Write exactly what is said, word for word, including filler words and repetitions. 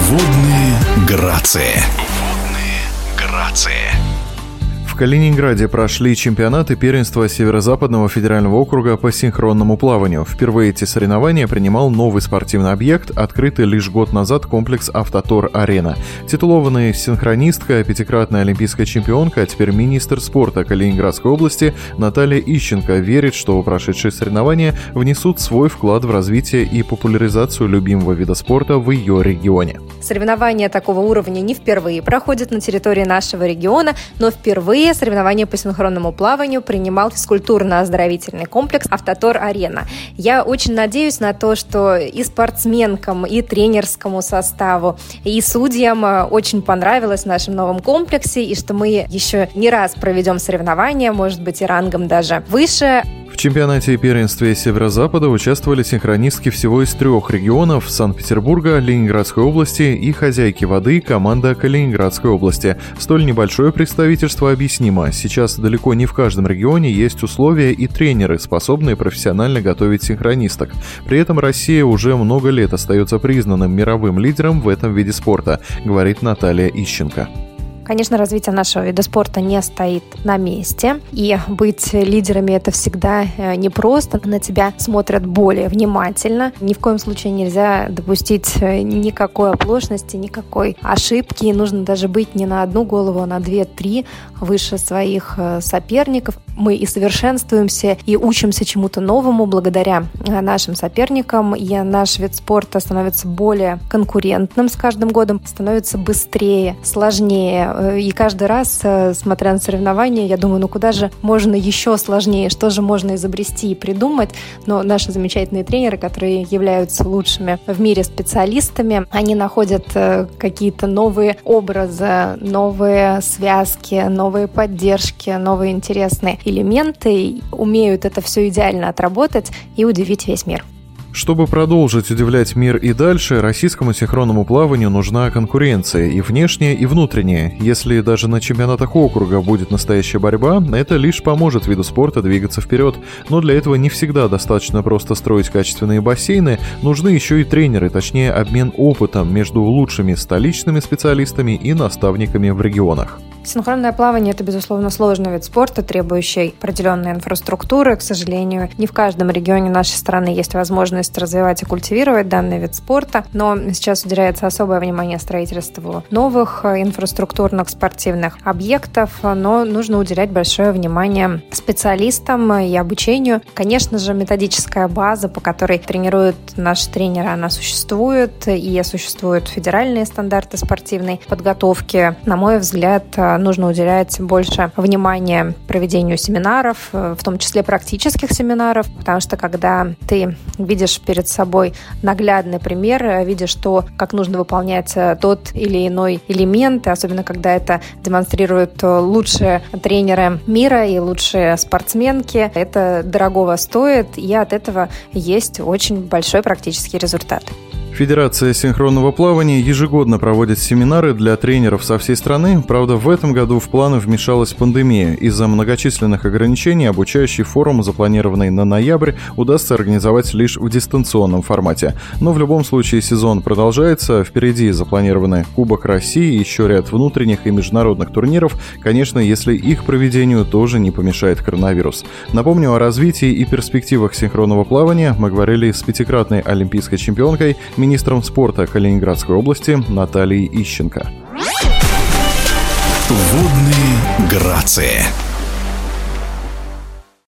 Водные грации. Водные грации. В Калининграде прошли чемпионаты первенства Северо-Западного федерального округа по синхронному плаванию. Впервые эти соревнования принимал новый спортивный объект, открытый лишь год назад комплекс «Автотор-Арена». Титулованная синхронистка, пятикратная олимпийская чемпионка, а теперь министр спорта Калининградской области Наталья Ищенко верит, что прошедшие соревнования внесут свой вклад в развитие и популяризацию любимого вида спорта в ее регионе. Соревнования такого уровня не впервые проходят на территории нашего региона, но впервые соревнования по синхронному плаванию принимал физкультурно-оздоровительный комплекс «Автотор-Арена». Я очень надеюсь на то, что и спортсменкам, и тренерскому составу, и судьям очень понравилось в нашем новом комплексе, и что мы еще не раз проведем соревнования, может быть, и рангом даже выше. В чемпионате и первенстве Северо-Запада участвовали синхронистки всего из трех регионов – Санкт-Петербурга, Ленинградской области и хозяйки воды команда Калининградской области. Столь небольшое представительство объяснимо. Сейчас далеко не в каждом регионе есть условия и тренеры, способные профессионально готовить синхронисток. При этом Россия уже много лет остается признанным мировым лидером в этом виде спорта, говорит Наталья Ищенко. Конечно, развитие нашего вида спорта не стоит на месте, и быть лидерами – это всегда непросто. На тебя смотрят более внимательно. Ни в коем случае нельзя допустить никакой оплошности, никакой ошибки. И нужно даже быть не на одну голову, а на две-три выше своих соперников. Мы и совершенствуемся, и учимся чему-то новому благодаря нашим соперникам, и наш вид спорта становится более конкурентным с каждым годом, становится быстрее, сложнее. И каждый раз, смотря на соревнования, я думаю, ну куда же можно еще сложнее, что же можно изобрести и придумать. Но наши замечательные тренеры, которые являются лучшими в мире специалистами, они находят какие-то новые образы, новые связки, новые поддержки, новые интересные элементы, умеют это все идеально отработать и удивить весь мир. Чтобы продолжить удивлять мир и дальше, российскому синхронному плаванию нужна конкуренция и внешняя, и внутренняя. Если даже на чемпионатах округа будет настоящая борьба, это лишь поможет виду спорта двигаться вперед. Но для этого не всегда достаточно просто строить качественные бассейны, нужны еще и тренеры, точнее обмен опытом между лучшими столичными специалистами и наставниками в регионах. Синхронное плавание – это, безусловно, сложный вид спорта, требующий определенной инфраструктуры. К сожалению, не в каждом регионе нашей страны есть возможность развивать и культивировать данный вид спорта, но сейчас уделяется особое внимание строительству новых инфраструктурных спортивных объектов, но нужно уделять большое внимание специалистам и обучению. Конечно же, методическая база, по которой тренируют наши тренеры, она существует, и существуют федеральные стандарты спортивной подготовки. На мой взгляд, нужно уделять больше внимания проведению семинаров, в том числе практических семинаров, потому что когда ты видишь перед собой наглядный пример, видишь то, как нужно выполнять тот или иной элемент, особенно когда это демонстрируют лучшие тренеры мира и лучшие спортсменки, это дорогого стоит, и от этого есть очень большой практический результат. Федерация синхронного плавания ежегодно проводит семинары для тренеров со всей страны. Правда, в этом году в планы вмешалась пандемия. Из-за многочисленных ограничений обучающий форум, запланированный на ноябрь, удастся организовать лишь в дистанционном формате. Но в любом случае сезон продолжается. Впереди запланированы Кубок России и еще ряд внутренних и международных турниров. Конечно, если их проведению тоже не помешает коронавирус. Напомню, о развитии и перспективах синхронного плавания мы говорили с пятикратной олимпийской чемпионкой, министром спорта Калининградской области Натальей Ищенко. Водные грации.